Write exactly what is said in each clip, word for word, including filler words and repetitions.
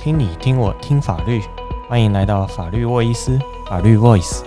听你听我听法律，欢迎来到法律沃伊斯法律 Voice。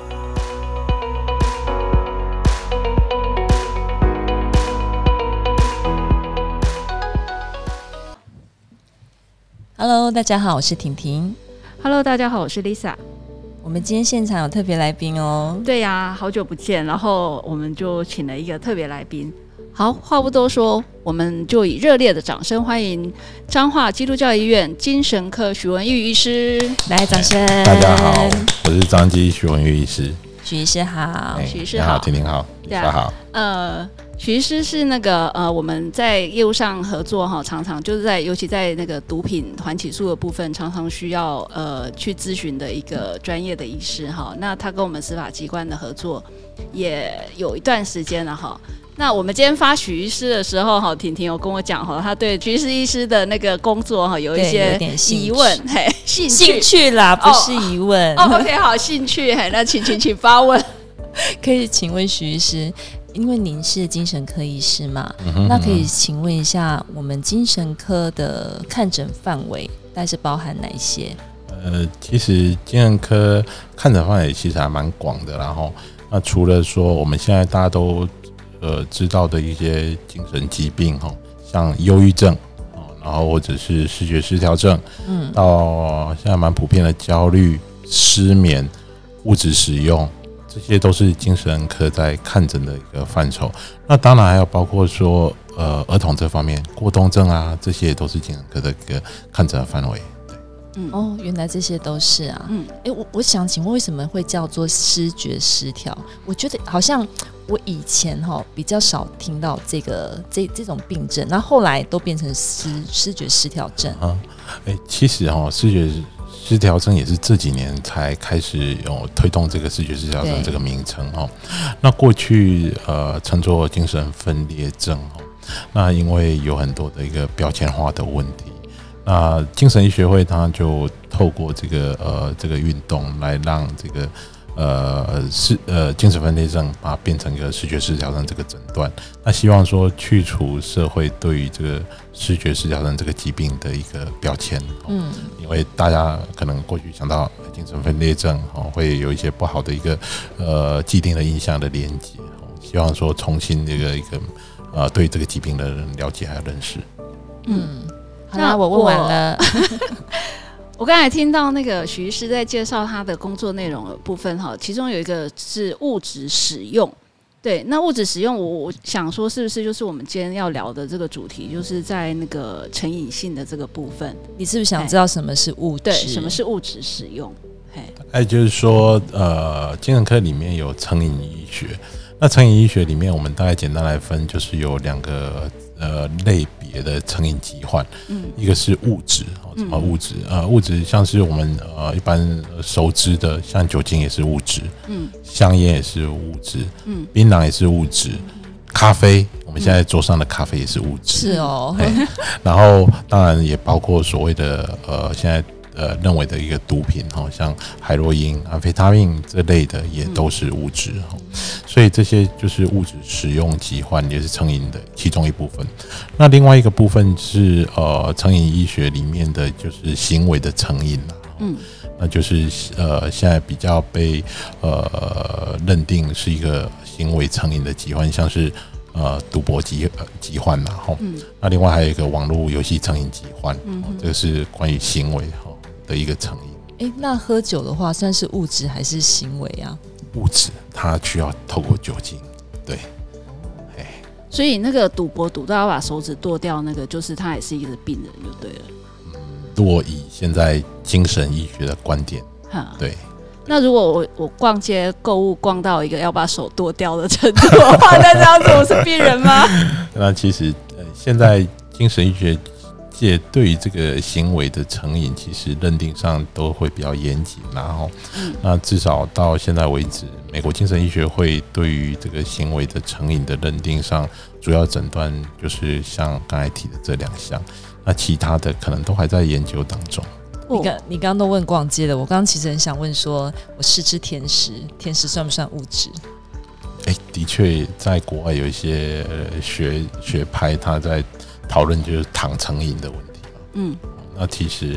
Hello， 大家好，我是婷婷。 Hello， 大家好，我是 Lisa。 我们今天现场有特别来宾哦。 对呀、啊，好久不见，然后我们就请了一个特别来宾。好，话不多说，我们就以热烈的掌声欢迎彰化基督教医院精神科许文玉医师。 来，掌声！ 大家好，我是彰基许文玉医师。 许医师好， 许医师好， 婷婷好，大家好。 呃，许医师是那个呃，我们在业务上合作哈，常常就是在尤其在那个毒品缓起诉的部分，常常需要呃去咨询的一个专业的医师哈。那他跟我们司法机关的合作也有一段时间了哈。那我们今天发许医师的时候，哈，婷婷有跟我讲哈，他对许医师的那个工作哈有一些疑问，嘿，兴趣兴趣啦，不是疑问。 哦, 哦 ，OK， 好，兴趣，嘿，那请请请发问。 可以请问许医师，因为您是精神科医师嘛， 嗯哼嗯哼， 那可以请问一下，我们精神科的看诊范围大概是包含哪一些？ 呃，其实精神科看诊范围其实还蛮广的，然后那除了说我们现在大家都呃知道的一些精神疾病哈，像忧郁症，然后或者是视觉失调症，嗯，到现在蛮普遍的焦虑、失眠、物质使用。这些都是精神科在看诊的一个范畴，那当然还有包括说，呃，儿童这方面过动症啊，这些也都是精神科的一个看诊的范围。对， 嗯，哦，原来这些都是啊，嗯，哎，我我想请问，为什么会叫做视觉失调？我觉得好像我以前哈比较少听到这个这这种病症，然后后来都变成视视觉失调症。 啊，哎，其实哈视觉失调症也是这几年才开始有推动这个视觉失调症这个名称哦。那过去呃称作精神分裂症哦，那因为有很多的一个标签化的问题，那精神医学会它就透过这个呃这个运动来让这个呃是呃精神分裂症把它变成一个视觉失调症这个诊断。那希望说去除社会对于这个视觉失调症这个疾病的一个标签，嗯，因为大家可能过去想到精神分裂症哦，会有一些不好的一个呃既定的印象的连结，希望说重新这个一个呃对这个疾病的人了解还有认识。 嗯，好啦，我问完了。 我刚才听到那个许医师在介绍他的工作内容的部分哈，其中有一个是物质使用。对，那物质使用，我我想说，是不是就是我们今天要聊的这个主题，就是在那个成瘾性的这个部分？ 你是不是想知道什么是物质？ 对，什么是物质使用？ 哎，就是说，呃，精神科里面有成瘾医学，那成瘾医学里面，我们大概简单来分，就是有两个呃类别的成瘾疾患，嗯，一个是物质，什么物质？呃，物质像是我们呃一般熟知的，像酒精也是物质，嗯，香烟也是物质，嗯，槟榔也是物质，咖啡，我们现在桌上的咖啡也是物质， 是哦， 然后当然也包括所谓的呃现在。呃，认为的一个毒品哈，像海洛因、安非他命这类的也都是物质哈，所以这些就是物质使用疾患，也是成瘾的其中一部分。那另外一个部分是呃，成瘾医学里面的就是行为的成瘾啦，嗯，那就是呃现在比较被呃认定是一个行为成瘾的疾患，像是。呃，赌博疾疾患呐，哈、嗯，那另外还有一个网络游戏成瘾疾患，嗯、这个是关于行为哈的一个成瘾。 哎，那喝酒的话，算是物质还是行为啊？ 物质，它需要透过酒精，对。 哎，所以那个赌博赌到要把手指剁掉，那个就是他也是一个病人，就对了。 嗯，如果以现在精神医学的观点，对。 那如果我我逛街购物逛到一个要把手剁掉的程度的话，那这样子我是病人吗？ 那其实呃，现在精神医学界对于这个行为的成瘾，其实认定上都会比较严谨，然后、嗯，那至少到现在为止，美国精神医学会对于这个行为的成瘾的认定上，主要诊断就是像刚才提的这两项，那其他的可能都还在研究当中。 你刚你刚刚都问逛街了，我刚刚其实很想问说，我试吃甜食，甜食算不算物质？ 哎、欸，的确，在国外有一些、呃、学学派，他在讨论就是糖成瘾的问题嘛。嗯，那其实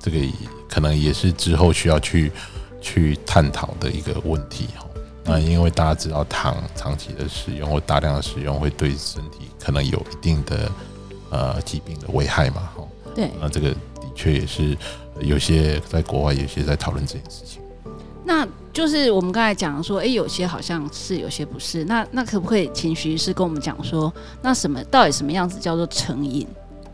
这个可能也是之后需要去去探讨的一个问题。那因为大家知道糖长期的使用或大量的使用会对身体可能有一定的呃疾病的危害嘛， 对， 那这个的确也是有些在国外有些在讨论这件事情。 那就是我们刚才讲说，哎、欸，有些好像是，有些不是。那那可不可以请徐医师跟我们讲说，那什么到底什么样子叫做成瘾？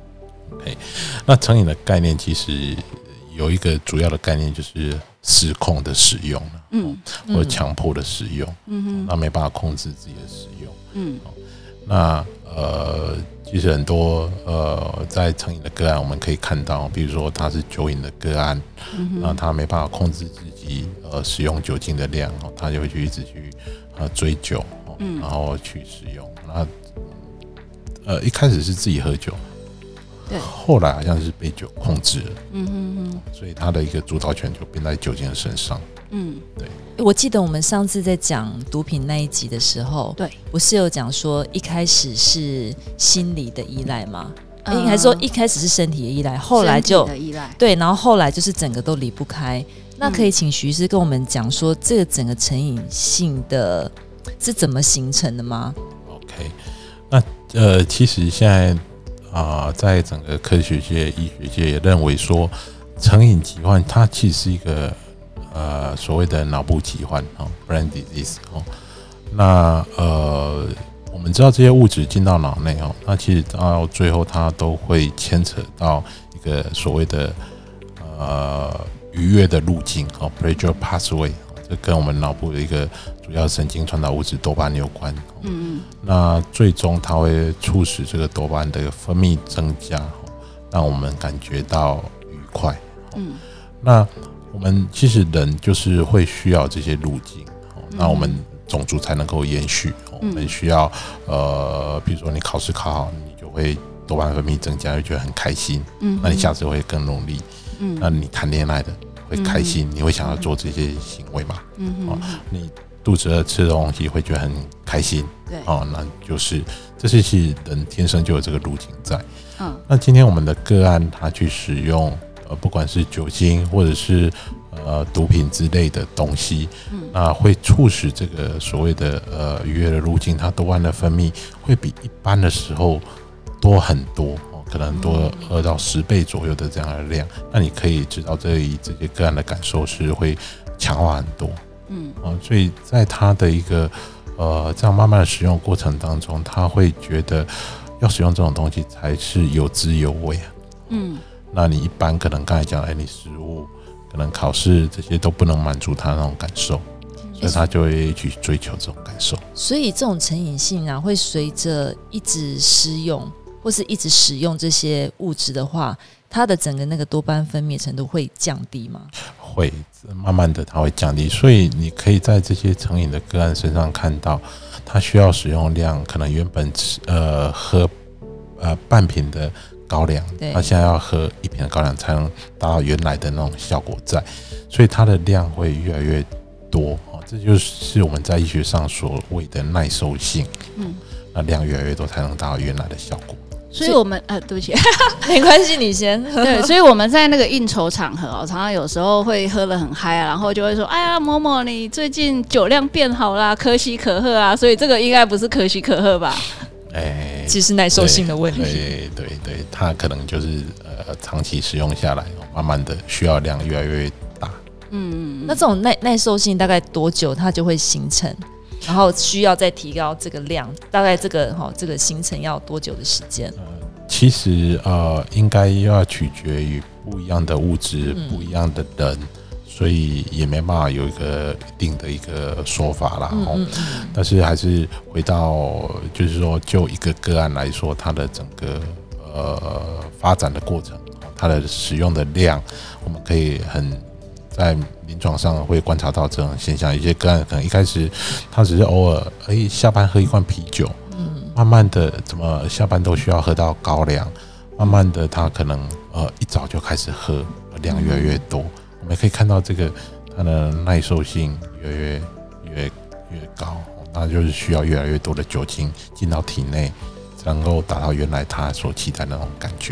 OK， 那成瘾的概念其实有一个主要的概念就是失控的使用，嗯，或者强迫的使用，嗯哼，那没办法控制自己的使用，嗯，那呃，其实很多呃，在成瘾的个案，我们可以看到，比如说他是酒瘾的个案，嗯，那他没办法控制自己呃使用酒精的量，他就会去一直去呃追酒，嗯，然后去使用，那呃一开始是自己喝酒。对，后来好像是被酒控制了，嗯哼哼，所以他的一个主导权就变在酒精的身上。嗯，对。 我记得我们上次在讲毒品那一集的时候，对，不是有讲说一开始是心理的依赖吗？嗯、还是说一开始是身体的依赖，后来就的依赖， 对，然后后来就是整个都离不开。那可以请徐医师跟我们讲说，这个整个成瘾性的是怎么形成的吗 ？OK， 那呃，其实现在。啊、呃，在整个科学界、医学界也认为说，成瘾疾患它其实是一个呃所谓的脑部疾患哦 ，brain disease 哦。那呃，我们知道这些物质进到脑内哦，那其实到最后它都会牵扯到一个所谓的呃愉悦的路径哦 ，pleasure pathway， 这跟我们脑部的一个主要神经传导物质多巴胺有关。嗯，那最终它会促使这个多巴胺的分泌增加，让我们感觉到愉快。嗯，那我们其实人就是会需要这些路径，那我们种族才能够延续。我们需要呃，比如说你考试考好，你就会多巴胺分泌增加，会觉得很开心。嗯，那你下次会更努力。嗯，那你谈恋爱的会开心，你会想要做这些行为嘛？嗯哦，你。肚子饿吃的东西会觉得很开心，对，哦，那就是这是其实人天生就有这个路径在。嗯，那今天我们的个案他去使用呃，不管是酒精或者是呃毒品之类的东西，嗯，那会促使这个所谓的呃愉悦的路径，它多巴胺的分泌会比一般的时候多很多，哦，可能多二到十倍左右的这样的量。那你可以知道这里这些个案的感受是会强化很多。嗯，所以在他的一个呃这样慢慢的使用过程当中，他会觉得要使用这种东西才是有滋有味啊。嗯，那你一般可能刚才讲，哎，你食物可能考试这些都不能满足他那种感受，所以他就会去追求这种感受。 所以这种成瘾性啊，会随着一直施用或是一直使用这些物质的话，它的整个那个多巴胺分泌程度会降低吗？ 会，慢慢的它会降低，所以你可以在这些成瘾的个案身上看到，它需要使用量可能原本呃喝呃半瓶的高粱，它现在要喝一瓶的高粱才能达到原来的那种效果在，所以它的量会越来越多，这就是我们在医学上所谓的耐受性。嗯，那量越来越多才能达到原来的效果。 所以我们呃，对不起， 没关系，你先。 对，所以我们在那个应酬场合哦，常常有时候会喝得很嗨啊，然后就会说：“哎呀，某某，你最近酒量变好啦，可喜可贺啊。”所以这个应该不是可喜可贺吧？ 哎，其实耐受性的问题。 对对对，它可能就是呃长期使用下来，慢慢的需要量越来越大。 嗯，那这种耐耐受性大概多久它就会形成？然后需要再提高这个量，大概这个哈、哦、这个形成要多久的时间？ 呃，其实呃应该要取决于不一样的物质、嗯、不一样的人，所以也没办法有一个一定的一个说法啦。嗯嗯嗯，但是还是回到就是说，就一个个案来说，它的整个呃发展的过程，它的使用的量，我们可以很。在临床上会观察到这种现象，有些个案可能一开始他只是偶尔，哎，下班喝一罐啤酒，嗯，慢慢的怎么下班都需要喝到高粱，慢慢的他可能呃一早就开始喝，量越来越多，嗯、我们可以看到这个他的耐受性越来越越越高，那就是需要越来越多的酒精进到体内，才能够达到原来他所期待的那种感觉。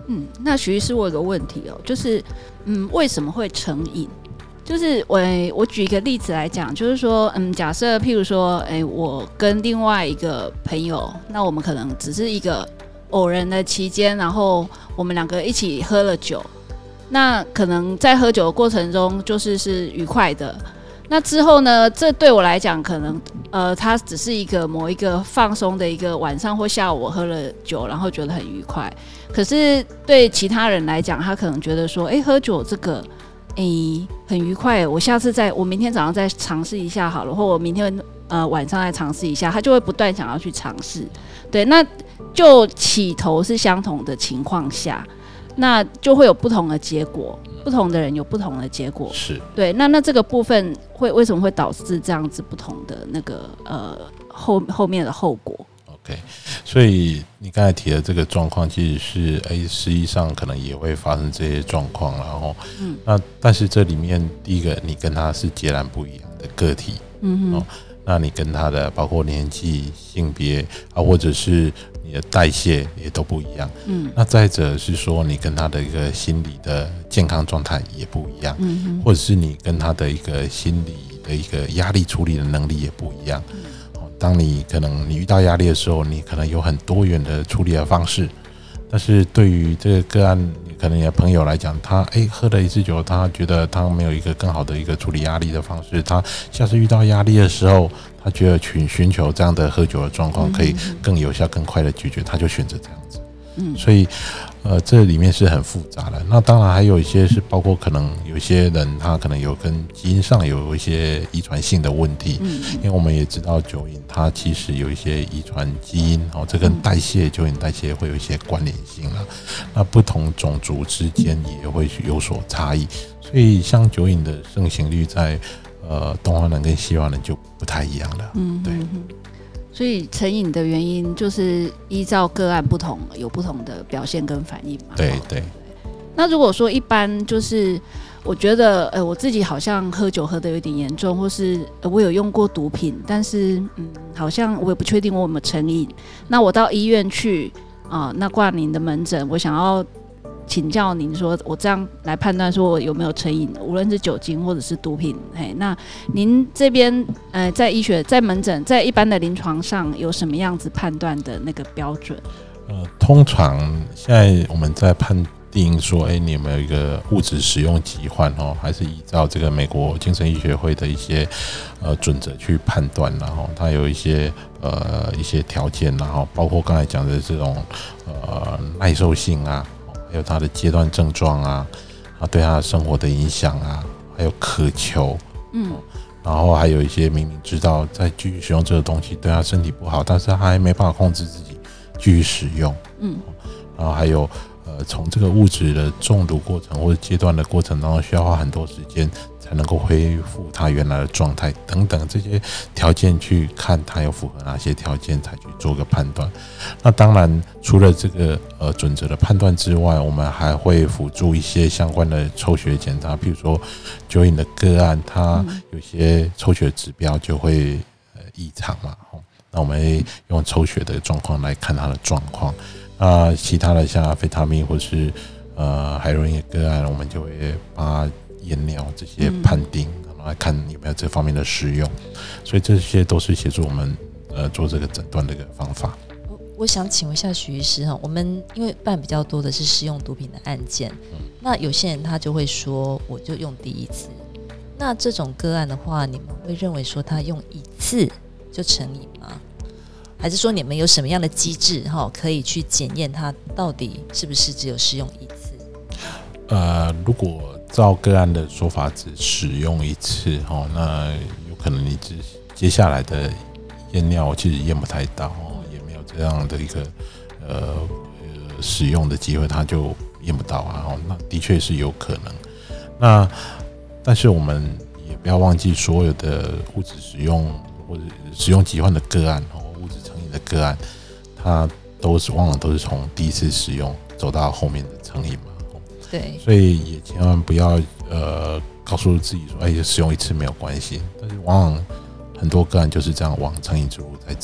嗯，那徐医师，我有个问题哦，就是嗯，为什么会成瘾？就是我我举一个例子来讲，就是说，嗯，假设譬如说，哎，我跟另外一个朋友，那我们可能只是一个偶然的期间，然后我们两个一起喝了酒，那可能在喝酒的过程中，就是是愉快的。那之后呢，这对我来讲，可能呃，它只是一个某一个放松的一个晚上或下午，我喝了酒，然后觉得很愉快。可是对其他人来讲，他可能觉得说，哎，喝酒这个。诶，很愉快。我下次再，我明天早上再尝试一下好了，或我明天呃晚上再尝试一下，他就会不断想要去尝试。对，那就起头是相同的情况下，那就会有不同的结果，不同的人有不同的结果。 是， 对。那那这个部分会为什么会导致这样子不同的那个呃后后面的后果？ OK， 所以你刚才提的这个状况，其实是哎，实际上可能也会发生这些状况，然后，嗯，那但是这里面第一个，你跟他是截然不一样的个体，嗯哦，那你跟他的包括年纪、性别啊，或者是你的代谢也都不一样，嗯，那再者是说，你跟他的一个心理的健康状态也不一样，嗯，或者是你跟他的一个心理的一个压力处理的能力也不一样。嗯，当你可能你遇到压力的时候，你可能有很多元的处理的方式，但是对于这个个案，可能你的朋友来讲，他哎喝了一次酒，他觉得他没有一个更好的一个处理压力的方式，他下次遇到压力的时候，他觉得寻寻求这样的喝酒的状况可以更有效、更快的解决，他就选择这样子。嗯，所以呃，这里面是很复杂的。那当然还有一些是包括可能有些人他可能有跟基因上有一些遗传性的问题，嗯，因为我们也知道酒瘾它其实有一些遗传基因哦，这跟代谢酒瘾代谢会有一些关联性啦。那不同种族之间也会有所差异，所以像酒瘾的盛行率在呃东方人跟西方人就不太一样了。嗯，对。 所以成瘾的原因就是依照个案不同，有不同的表现跟反应嘛。 对对。 那如果说一般就是我觉得呃我自己好像喝酒喝得有点严重，或是、呃、我有用过毒品，但是嗯好像我也不确定我有没有成瘾。那我到医院去啊、呃，那挂您的门诊，我想要请教您说，我这样来判断说我有没有成瘾，无论是酒精或者是毒品，嘿，那您这边呃在医学、在门诊、在一般的临床上有什么样子判断的那个标准？ 呃，通常现在我们在判定说，哎，你有没有一个物质使用疾患哦，还是依照这个美国精神医学会的一些呃准则去判断，然后它有一些呃一些条件，然后包括刚才讲的这种呃耐受性啊。还有他的阶段症状啊，啊，对他的生活的影响啊，还有渴求，嗯，然后还有一些明明知道在继续使用这个东西对他身体不好，但是他还没办法控制自己继续使用，嗯，然后还有呃，从这个物质的中毒过程或者阶段的过程当中，需要花很多时间才能够恢复他原来的状态等等这些条件去看他有符合哪些条件才去做个判断。那当然除了这个呃准则的判断之外，我们还会辅助一些相关的抽血检查，譬如说酒瘾的个案，他有些抽血指标就会呃异常嘛，那我们会用抽血的状况来看他的状况。那其他的像阿非他命或是呃海洛因的个案，我们就会帮他验尿这些判定，然后来看有没有这方面的使用。所以这些都是协助我们呃做这个诊断的一个方法。 我我想请问一下徐医师哈，我们因为办比较多的是使用毒品的案件，嗯、那有些人他就会说我就用第一次，那这种个案的话，你们会认为说他用一次就成瘾吗？还是说你们有什么样的机制可以去检验它到底是不是只有使用一次？ 呃，如果照个案的说法只使用一次，那有可能你只接下来的验尿其实验不太到，也没有这样的一个呃使用的机会，它就验不到啊。那的确是有可能。那但是我们也不要忘记，所有的物质使用或者使用疾患的个案，物质成瘾的个案，它都是往往都是从第一次使用走到后面的成瘾嘛。 对， 所以也千万不要呃告诉自己说，哎，使用一次没有关系。但是往往很多个案就是这样往成瘾之路在走。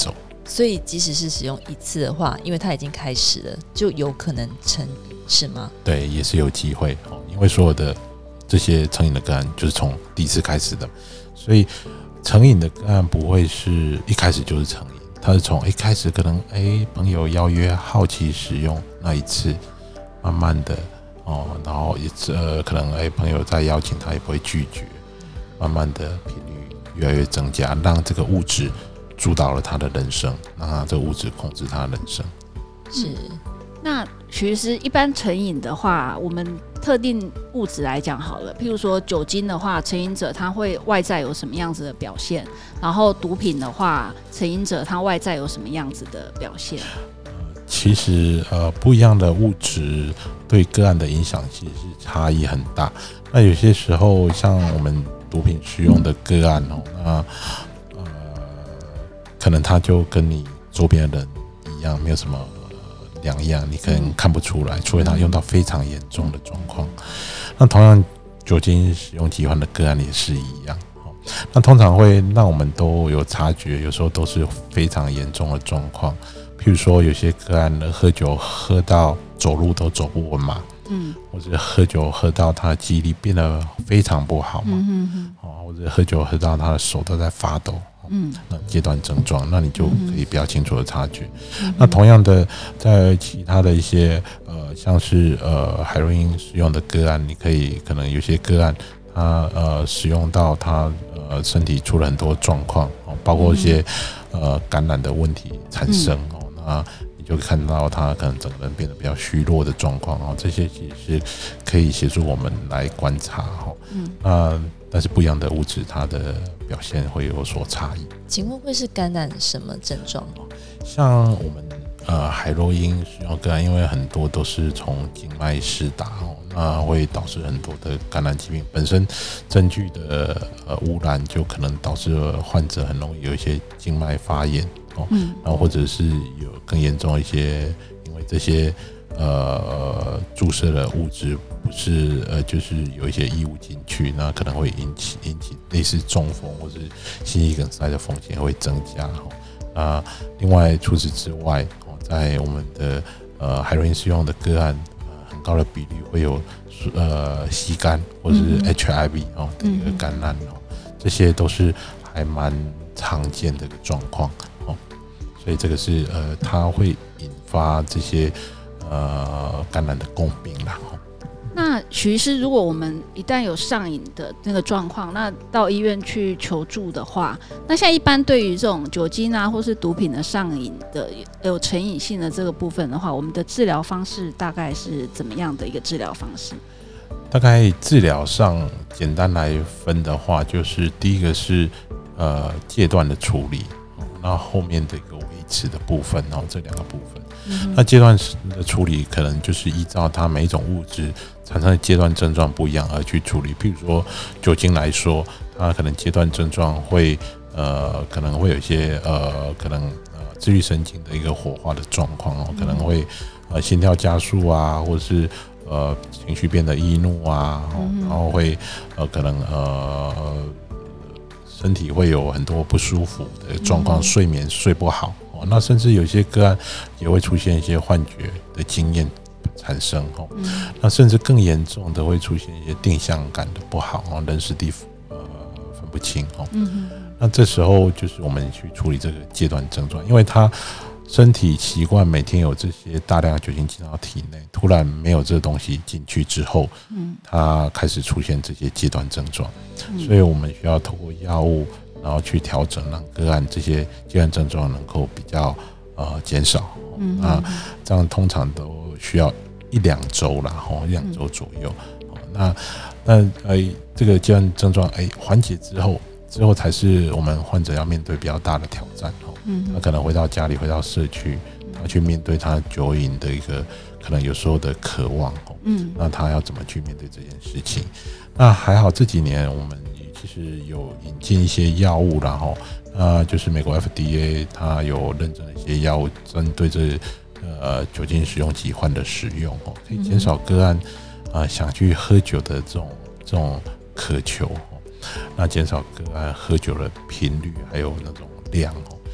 所以即使是使用一次的话，因为它已经开始了，就有可能成瘾，是吗？ 对，也是有机会哦，因为所有的这些成瘾的个案就是从第一次开始的，所以成瘾的个案不会是一开始就是成瘾，他是从一开始可能哎朋友邀约好奇使用那一次，慢慢的哦，然后也呃可能哎朋友再邀请他也不会拒绝，慢慢的频率越来越增加，让这个物质主导了他的人生，让他这个物质控制他的人生。 是。 那其实一般成瘾的话，我们特定物质来讲好了，譬如说酒精的话，成瘾者他会外在有什么样子的表现？然后毒品的话，成瘾者他外在有什么样子的表现？ 其实呃不一样的物质对个案的影响其实是差异很大。那有些时候像我们毒品使用的个案哦，那呃可能他就跟你周边的人一样，没有什么两样，你可能看不出来，除非他用到非常严重的状况。那同样酒精使用疾患的个案也是一样，那通常会让我们都有察觉，有时候都是非常严重的状况。譬如说有些个案喝酒喝到走路都走不稳嘛，嗯，或者喝酒喝到他的记忆力变得非常不好嘛，嗯嗯嗯，或者喝酒喝到他的手都在发抖，嗯，那阶段症状，那你就可以比较清楚的察觉。嗯、那同样的，在其他的一些呃，像是呃海洛因使用的个案，你可以可能有些个案，他呃使用到他呃身体出了很多状况，包括一些呃感染的问题产生哦，嗯、那你就看到他可能整个人变得比较虚弱的状况哦，这些其实是可以协助我们来观察哈。嗯，那但是不一样的物质，它的表现会有所差异。 请问会是感染什么症状？ 像我们呃海洛因使用个案，因为很多都是从静脉施打哦，那会导致很多的感染疾病。本身针具的呃污染就可能导致患者很容易有一些静脉发炎哦，嗯，然后或者是有更严重一些，因为这些呃注射的物质不是呃就是有一些异物进去，那可能会引起引起类似中风或是心肌梗塞的风险会增加哦。那另外除此之外哦，在我们的呃海洛因使用的个案，呃很高的比率会有呃吸肝或者是 H I V 哦的一个感染哦，这些都是还蛮常见的一个状况哦，所以这个是呃它会引发这些呃感染的共病啦。 那许医师，如果我们一旦有上瘾的那个状况，那到医院去求助的话，那现在一般对于这种酒精啊或是毒品的上瘾的有成瘾性的这个部分的话，我们的治疗方式大概是怎么样的一个治疗方式？ 大概治疗上简单来分的话，就是第一个是呃戒断的处理，那后面的一个维持的部分，然后这两个部分。嗯、那阶段的处理可能就是依照它每一种物质产生的阶段症状不一样而去处理。譬如说酒精来说，它可能阶段症状会呃可能会有一些呃可能呃自律神经的一个活化的状况哦，可能会呃心跳加速啊，或者是呃情绪变得易怒啊，哦、然后会呃可能呃身体会有很多不舒服的状况，睡眠睡不好。那甚至有些个案也会出现一些幻觉的经验产生哦，嗯、那甚至更严重的会出现一些定向感的不好哦，人事地呃分不清哦。嗯、那这时候就是我们去处理这个阶段症状，因为他身体习惯每天有这些大量的酒精进到体内，突然没有这个东西进去之后，嗯，他开始出现这些阶段症状，嗯、所以我们需要透过药物。然后去调整，让个案这些阶段症状能够比较呃减少。嗯，那这样通常都需要一两周啦，吼，一两周左右。嗯、那那呃这个阶段症状哎缓解之后，之后才是我们患者要面对比较大的挑战。哦，嗯，他可能回到家里，回到社区，他去面对他酒瘾的一个可能有时候的渴望。嗯，那他要怎么去面对这件事情？那还好这几年我们。其实有引进一些药物，然后那就是美国 F D A 它有认证的一些药物，针对这呃酒精使用疾患的使用哦，可以减少个案啊、呃、想去喝酒的这种这种渴求哦，那减少个案喝酒的频率还有那种量哦，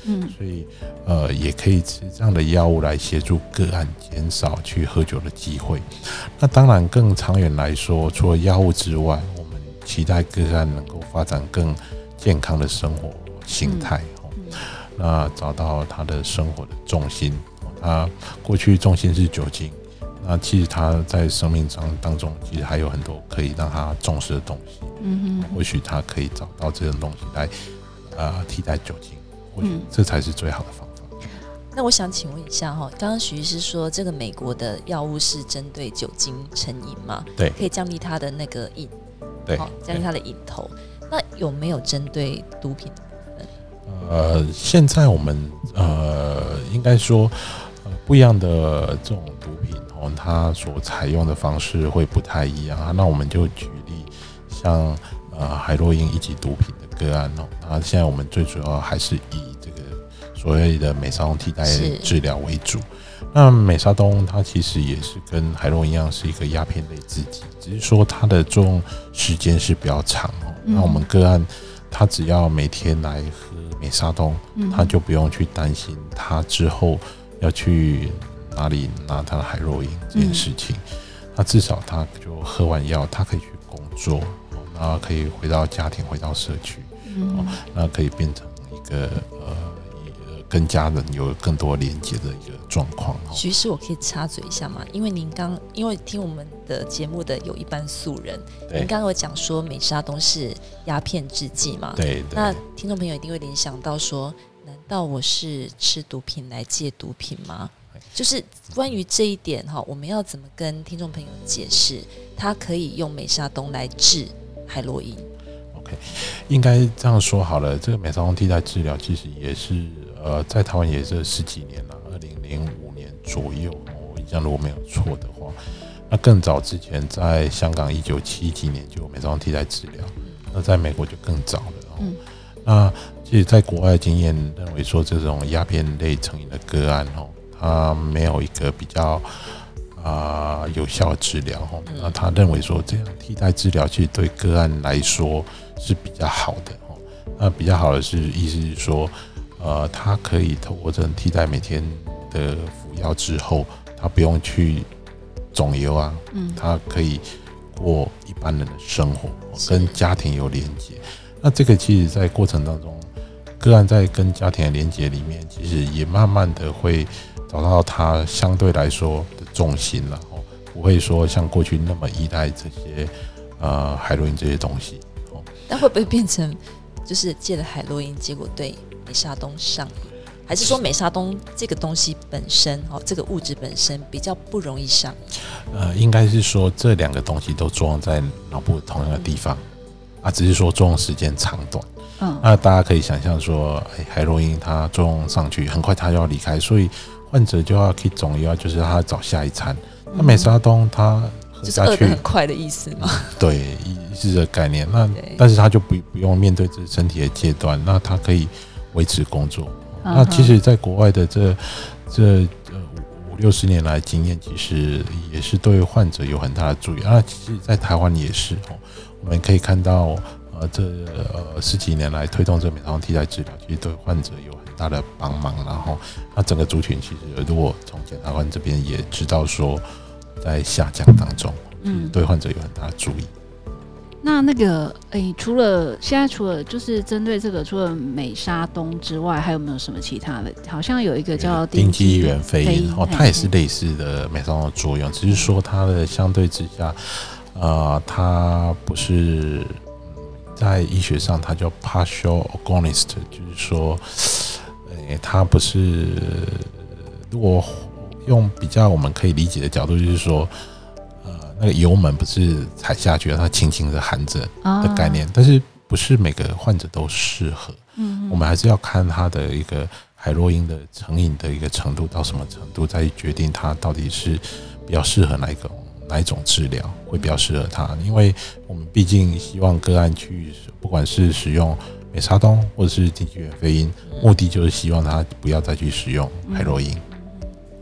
嗯，所以呃也可以吃这样的药物来协助个案减少去喝酒的机会。那当然更长远来说，除了药物之外，我们期待个案能够发展更健康的生活形态，嗯嗯，那找到他的生活的重心。他过去重心是酒精，那其实他在生命当中其实还有很多可以让他重视的东西。嗯哼，或许他可以找到这种东西来呃替代酒精，或许这才是最好的方法。嗯， 那我想请问一下哈，刚刚许医师说这个美国的药物是针对酒精成瘾嘛？ 对， 可以降低他的那个瘾， 对， 降低他的瘾头。那有没有针对毒品的部分？ 呃，现在我们呃应该说。呃，不一样的这种毒品哦，它所采用的方式会不太一样。那我们就举例，像呃海洛因一级毒品的个案哦，那现在我们最主要还是以这个所谓的美沙酮替代治疗为主。那美沙酮它其实也是跟海洛因一样，是一个鸦片类制剂，只是说它的作用时间是比较长哦。嗯，那我们个案他只要每天来喝美沙酮，嗯，他就不用去担心他之后要去哪里拿他的海洛因这件事情，嗯，那至少他就喝完药，他可以去工作，那可以回到家庭，回到社区，嗯，那可以变成一个呃跟家人有更多连接的一个状况。 徐医师，我可以插嘴一下吗？因为您刚因为听我们的节目的有一般素人，您刚刚有讲说美沙酮是鸦片制剂嘛？ 对， 那听众朋友一定会联想到说，难道我是吃毒品来戒毒品吗？就是关于这一点哈，我们要怎么跟听众朋友解释，他可以用美沙酮来治海洛因 ？OK， 应该这样说好了。这个美沙酮替代治疗其实也是呃，在台湾也是十几年了，二零零五年左右，我印象如果没有错的话，那更早之前，在香港一九七几年就有美沙酮替代治疗，那在美国就更早了。嗯，那其实，在国外的经验认为说，这种鸦片类成瘾的个案哦，它没有一个比较啊、呃、有效的治疗哦。那他认为说，这样替代治疗其实对个案来说是比较好的哦。那比较好的是意思是说，呃，他可以透过这种替代每天的服药之后，他不用去肿瘤啊，嗯，他可以过一般人的生活，跟家庭有连结。那这个其实在过程当中，个案在跟家庭的连结里面，其实也慢慢的会找到他相对来说的重心了，不会说像过去那么依赖这些呃海洛因这些东西。 那会不会变成就是戒了海洛因，结果对美沙酮上瘾？还是说美沙酮这个东西本身，这个物质本身比较不容易上瘾？ 呃，应该是说这两个东西都作用在脑部同样的地方。啊，只是说作用时间长短。嗯，那大家可以想象说，哎，海洛因它作用上去，很快它就要离开，所以患者就要去肿瘤，就是他找下一餐。那、嗯、美沙酮它喝下去， 就是饿得很快的意思吗？ 对，是这个概念。那但是他就不不用面对这身体的阶段，那他可以维持工作。嗯、那其实，在国外的这这呃五六十年来经验，其实也是对患者有很大的注意。那其实，在台湾也是哦。我们可以看到，呃，这呃十几年来推动这个美沙酮替代治疗，其实对患者有很大的帮忙。然后，那整个族群其实，如果从检察官这边也知道说，在下降当中，嗯，对患者有很大的注意。 那那个，诶，除了现在除了就是针对这个，除了美沙酮之外，还有没有什么其他的？好像有一个叫丁基元非因哦，它也是类似的美沙酮的作用，只是说它的相对之下。呃，它不是在医学上，它叫 partial agonist， 就是说，呃，它不是。如果用比较我们可以理解的角度，就是说，呃，那个油门不是踩下去，它轻轻的含着的概念，但是不是每个患者都适合。嗯，我们还是要看他的一个海洛因的成瘾的一个程度到什么程度，再决定他到底是比较适合哪一个。哪一种治疗会比较适合他？因为我们毕竟希望个案去，不管是使用美沙酮或者是丁基元非因，目的就是希望他不要再去使用海洛因。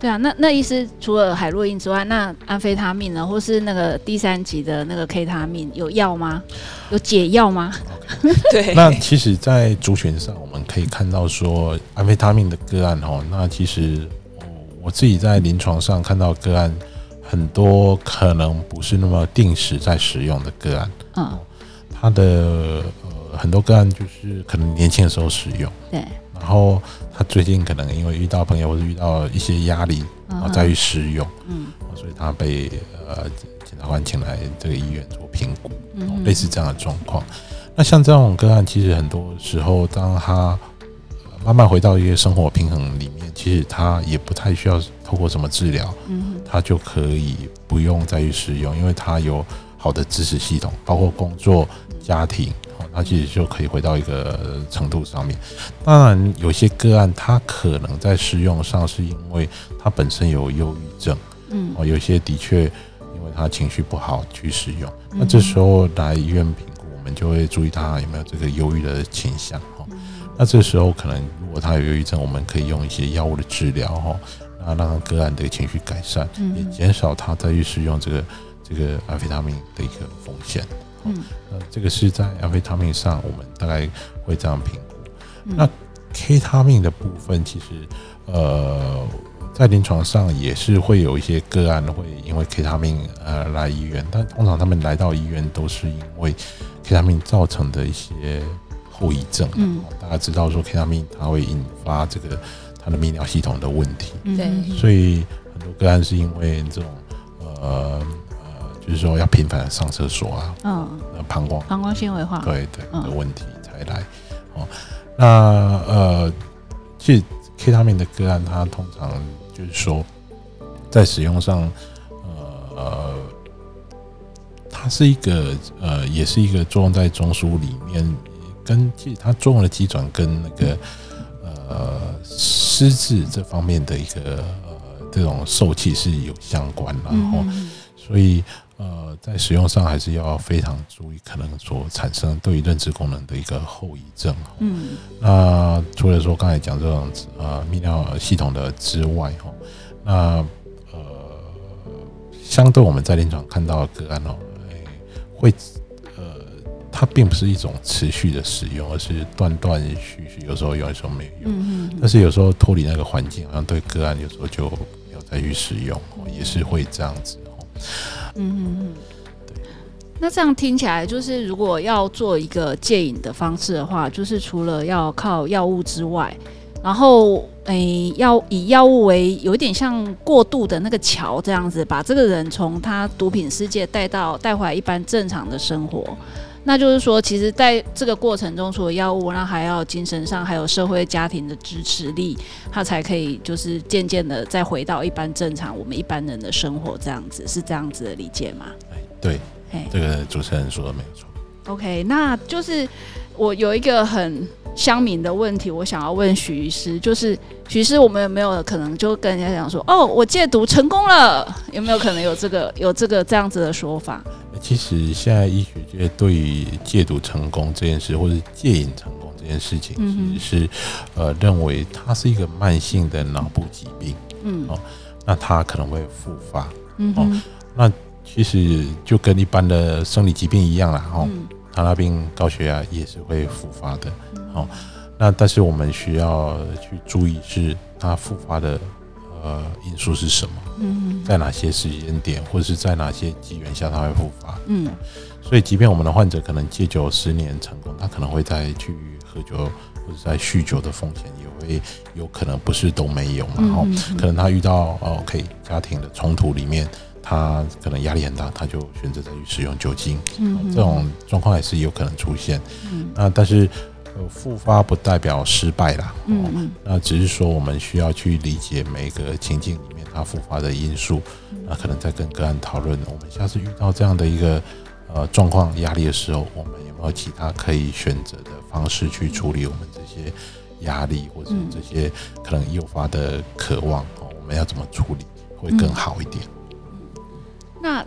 对啊，那那意思除了海洛因之外，那安非他命呢，或是那个第三级的那个 K 他命有药吗？有解药吗？ Okay. 对。 那其实，在族群上，我们可以看到说，安非他命的个案哦，那其实我自己在临床上看到个案很多，可能不是那么定时在使用的个案。嗯，他的呃很多个案就是可能年轻的时候使用， 对。 然后他最近可能因为遇到朋友或者遇到一些压力，然后再去使用，嗯，所以他被呃检察官请来这个医院做评估，嗯，类似这样的状况。那像这种个案，其实很多时候当他慢慢回到一个生活平衡里面，其实他也不太需要透过什么治疗，嗯，他就可以不用再去使用，因为他有好的支持系统，包括工作、家庭。它其实就可以回到一个程度上面。当然，有些个案它可能在使用上是因为它本身有忧郁症，嗯，有些的确因为他情绪不好去使用。那这时候来医院评估，我们就会注意他有没有这个忧郁的倾向。那这时候可能如果他有忧郁症，我们可以用一些药物的治疗，那让个案的情绪改善，也减少他再去使用这个这个安非他命的一个风险。嗯，那这个是在安非他命上，我们大概会这样评估。嗯、那 K 他命的部分，其实呃，在临床上也是会有一些个案会因为 K 他命呃来医院，但通常他们来到医院都是因为 K 他命造成的一些后遗症。嗯，大家知道说 K 他命它会引发这个它的泌尿系统的问题。 对， 所以很多个案是因为这种呃。就是说要频繁的上厕所啊，嗯，膀胱膀胱纤维化， 对对的问题才来。哦，那呃，其实 K 他命的个案，它通常就是说在使用上，呃，它是一个呃，也是一个作用在中枢里面，跟其实它作用的机转跟那个呃失智这方面的一个呃这种受气是有相关，然后所以。呃，在使用上还是要非常注意可能所产生对于认知功能的一个后遗症。嗯，那除了说刚才讲这种呃泌尿系统的之外，那呃相对我们在临床看到的个案哦，会呃它并不是一种持续的使用，而是断断续续，有时候用，有时候没有用。嗯嗯。但是有时候脱离那个环境，好像对个案有时候就没有再去使用，也是会这样子。 嗯嗯嗯，对。那这样听起来，就是如果要做一个戒瘾的方式的话，就是除了要靠药物之外，然后诶，要以药物为有点像过渡的那个桥这样子，把这个人从他毒品世界带到带回来一般正常的生活。那就是说，其实在这个过程中，除了药物，那还要精神上还有社会家庭的支持力，他才可以就是渐渐的再回到一般正常我们一般人的生活，这样子是这样子的理解吗？ 对，这个主持人说的没有错。 OK， 那就是我有一个很乡民的问题，我想要问许医师，就是许医师，我们有没有可能就跟人家讲说，哦，我戒毒成功了，有没有可能有这个有这个这样子的说法？ 其实现在医学界对于戒毒成功这件事，或者戒瘾成功这件事情，其实是、嗯、呃认为它是一个慢性的脑部疾病，嗯，哦，那它可能会复发，嗯，哦，那其实就跟一般的生理疾病一样啦，哦，嗯，糖尿病、高血压也是会复发的，哦，那但是我们需要去注意是它复发的呃因素是什么。嗯，在哪些时间点，或者是在哪些机缘下，它会复发？嗯，所以即便我们的患者可能戒酒十年成功，他可能会再去喝酒或者在酗酒的风险也会有可能不是都没有嘛。然后、嗯、可能他遇到 OK 家庭的冲突里面，他可能压力很大，他就选择再去使用酒精。嗯，这种状况也是有可能出现。嗯，那但是。呃，复发不代表失败啦，嗯嗯，那只是说我们需要去理解每一个情境里面它复发的因素，嗯，那可能在跟个案讨论，我们下次遇到这样的一个呃状况压力的时候，我们有没有其他可以选择的方式去处理我们这些压力或者这些可能诱发的渴望，嗯，我们要怎么处理会更好一点？ 嗯，那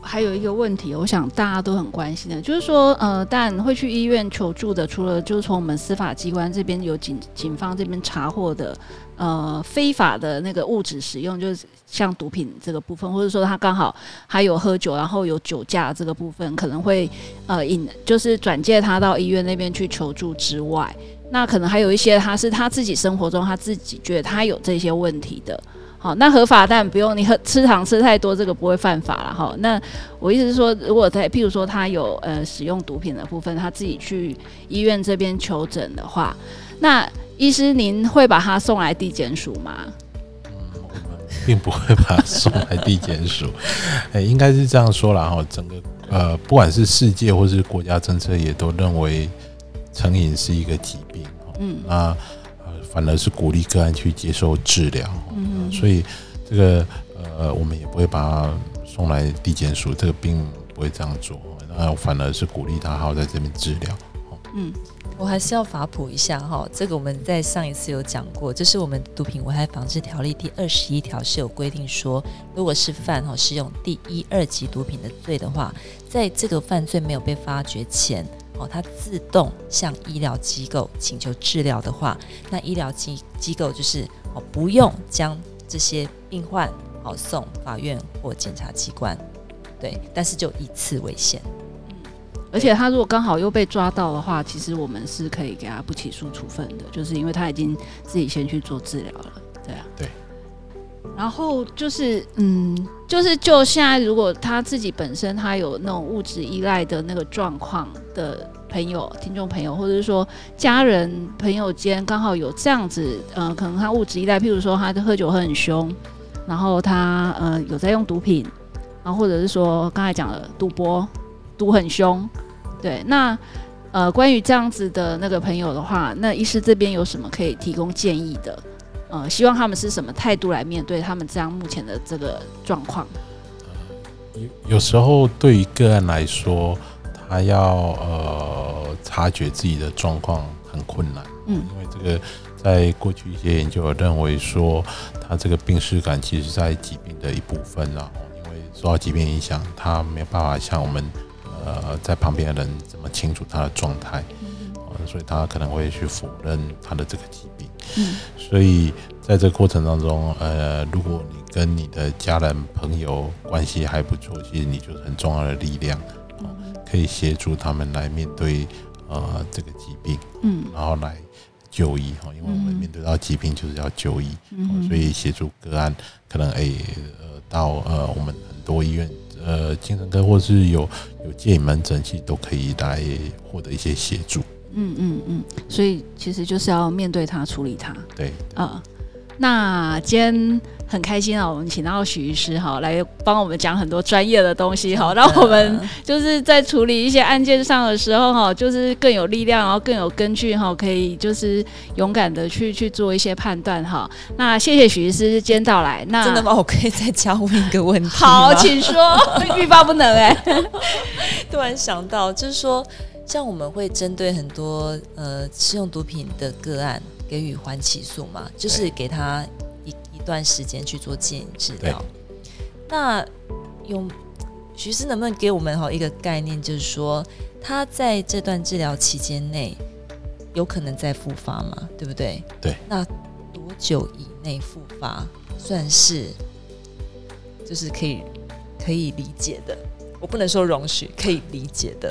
还有一个问题，我想大家都很关心的，就是说，呃，当然会去医院求助的，除了就是从我们司法机关这边有警警方这边查获的，呃，非法的那个物质使用，就是像毒品这个部分，或者说他刚好还有喝酒，然后有酒驾这个部分，可能会呃引就是转介他到医院那边去求助之外，那可能还有一些他是他自己生活中他自己觉得他有这些问题的。好，那合法但不用你喝吃糖吃太多，这个不会犯法了哈。那我意思是说，如果在譬如说他有呃使用毒品的部分，他自己去医院这边求诊的话，那医师您会把他送来地检署吗？ 嗯，我们并不会把他送来地检署，欸、应该是这样说啦哈。整个呃，不管是世界或是国家政策，也都认为成瘾是一个疾病。嗯，那。反而是鼓励个案去接受治疗，嗯、所以这个呃，我们也不会把他送来地检署，这个并不会这样做。那反而是鼓励他好好在这边治疗。 嗯，我还是要法普一下哈，这个我们在上一次有讲过，这是我们毒品危害防治条例第二十一条是有规定说，如果是犯哈使用第一、二级毒品的罪的话，在这个犯罪没有被发觉前。哦，他自动向医疗机构请求治疗的话，那医疗机机构就是哦不用将这些病患哦送法院或检察机关，对，但是就以此为限。 嗯，而且他如果刚好又被抓到的话，其实我们是可以给他不起诉处分的，就是因为他已经自己先去做治疗了，对啊， 对。 然后就是，嗯，就是就现在，如果他自己本身他有那种物质依赖的那个状况的朋友、听众朋友，或者是说家人朋友间刚好有这样子，呃，可能他物质依赖，譬如说他喝酒喝很凶，然后他呃有在用毒品，然后或者是说刚才讲的赌博，赌很凶，对，那呃关于这样子的那个朋友的话，那医师这边有什么可以提供建议的？呃，希望他们是什么态度来面对他们这样目前的这个状况？ 呃，有有时候对于个案来说，他要呃察觉自己的状况很困难，嗯，因为这个在过去一些研究有认为说，他这个病识感其实在疾病的一部分啦，因为受到疾病影响，他没有办法像我们呃在旁边的人这么清楚他的状态，嗯呃，所以他可能会去否认他的这个疾病。嗯，所以在这个过程当中，呃，如果你跟你的家人朋友关系还不错，其实你就是很重要的力量，哦，可以协助他们来面对呃这个疾病，嗯，然后来就医哈，因为我们面对到疾病就是要就医，嗯哦，所以协助个案可能诶呃到呃我们很多医院呃精神科或是有有戒瘾门诊，其实都可以来获得一些协助。 嗯嗯嗯，所以其实就是要面对它，处理它。 对， 啊、呃，那今天很开心啊，我们请到许医师哈来帮我们讲很多专业的东西哈，让我们就是在处理一些案件上的时候哈，就是更有力量，然后更有根据哈，可以就是勇敢的去去做一些判断哈。那谢谢许医师今天到来。那真的吗？我可以再加问一个问题吗？ 好，请说，欲罢不能哎、欸。 突然想到，就是说。像我们会针对很多呃使用毒品的个案给予缓起诉嘛，就是给他 一, 一段时间去做戒瘾治疗。那有徐师能不能给我们好一个概念，就是说他在这段治疗期间内有可能再复发嘛，对不对？ 对。 那多久以内复发算是就是可以可以理解的？我不能说容许，可以理解的。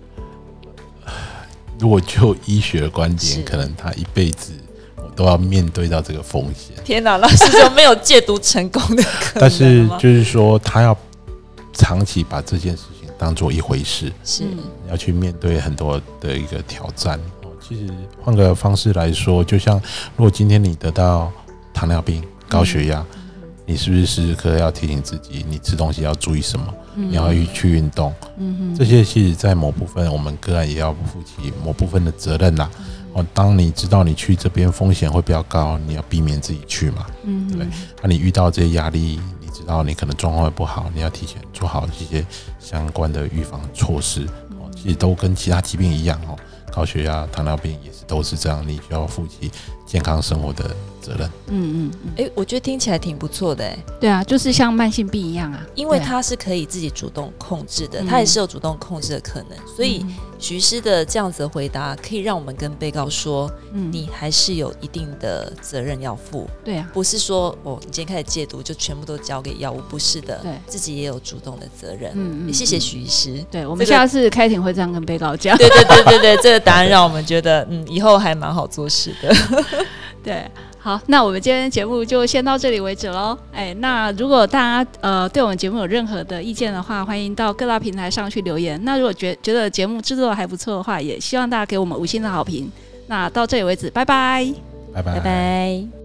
如果就医学的观点，可能他一辈子我都要面对到这个风险。 天哪，那是说没有戒毒成功的可能吗？ 但是就是说，他要长期把这件事情当做一回事， 是要去面对很多的一个挑战。其实换个方式来说，就像如果今天你得到糖尿病、高血压，嗯，你是不是时时刻刻要提醒自己，你吃东西要注意什么？嗯，你要去运动，嗯，这些其实在某部分我们个案也要负起某部分的责任啦。哦，当你知道你去这边风险会比较高，你要避免自己去嘛，嗯，对不对？那你遇到这些压力，你知道你可能状况会不好，你要提前做好这些相关的预防措施。哦，其实都跟其他疾病一样哦，高血压、糖尿病也是都是这样，你需要负起健康生活的责任。 嗯嗯嗯， 哎、欸，我觉得听起来挺不错的哎、欸。 对啊，就是像慢性病一样啊， 因为它是可以自己主动控制的， 嗯、 它也是有主动控制的可能，所以徐师的这样子的回答，可以让我们跟被告说，嗯，你还是有一定的责任要负。 对啊， 不是说哦，你今天开始戒毒就全部都交给药物，不是的， 对， 自己也有主动的责任。 嗯嗯， 也谢谢徐医师。 对，我们下次开庭会这样跟被告讲。 对对对对对，这个答案让我们觉得，嗯，以后还蛮好做事的。 对。好，那我们今天节目就先到这里为止喽。哎，那如果大家呃对我们节目有任何的意见的话，欢迎到各大平台上去留言。那如果觉觉得节目制作还不错的话，也希望大家给我们五星的好评。那到这里为止，拜拜， 拜拜， 拜拜。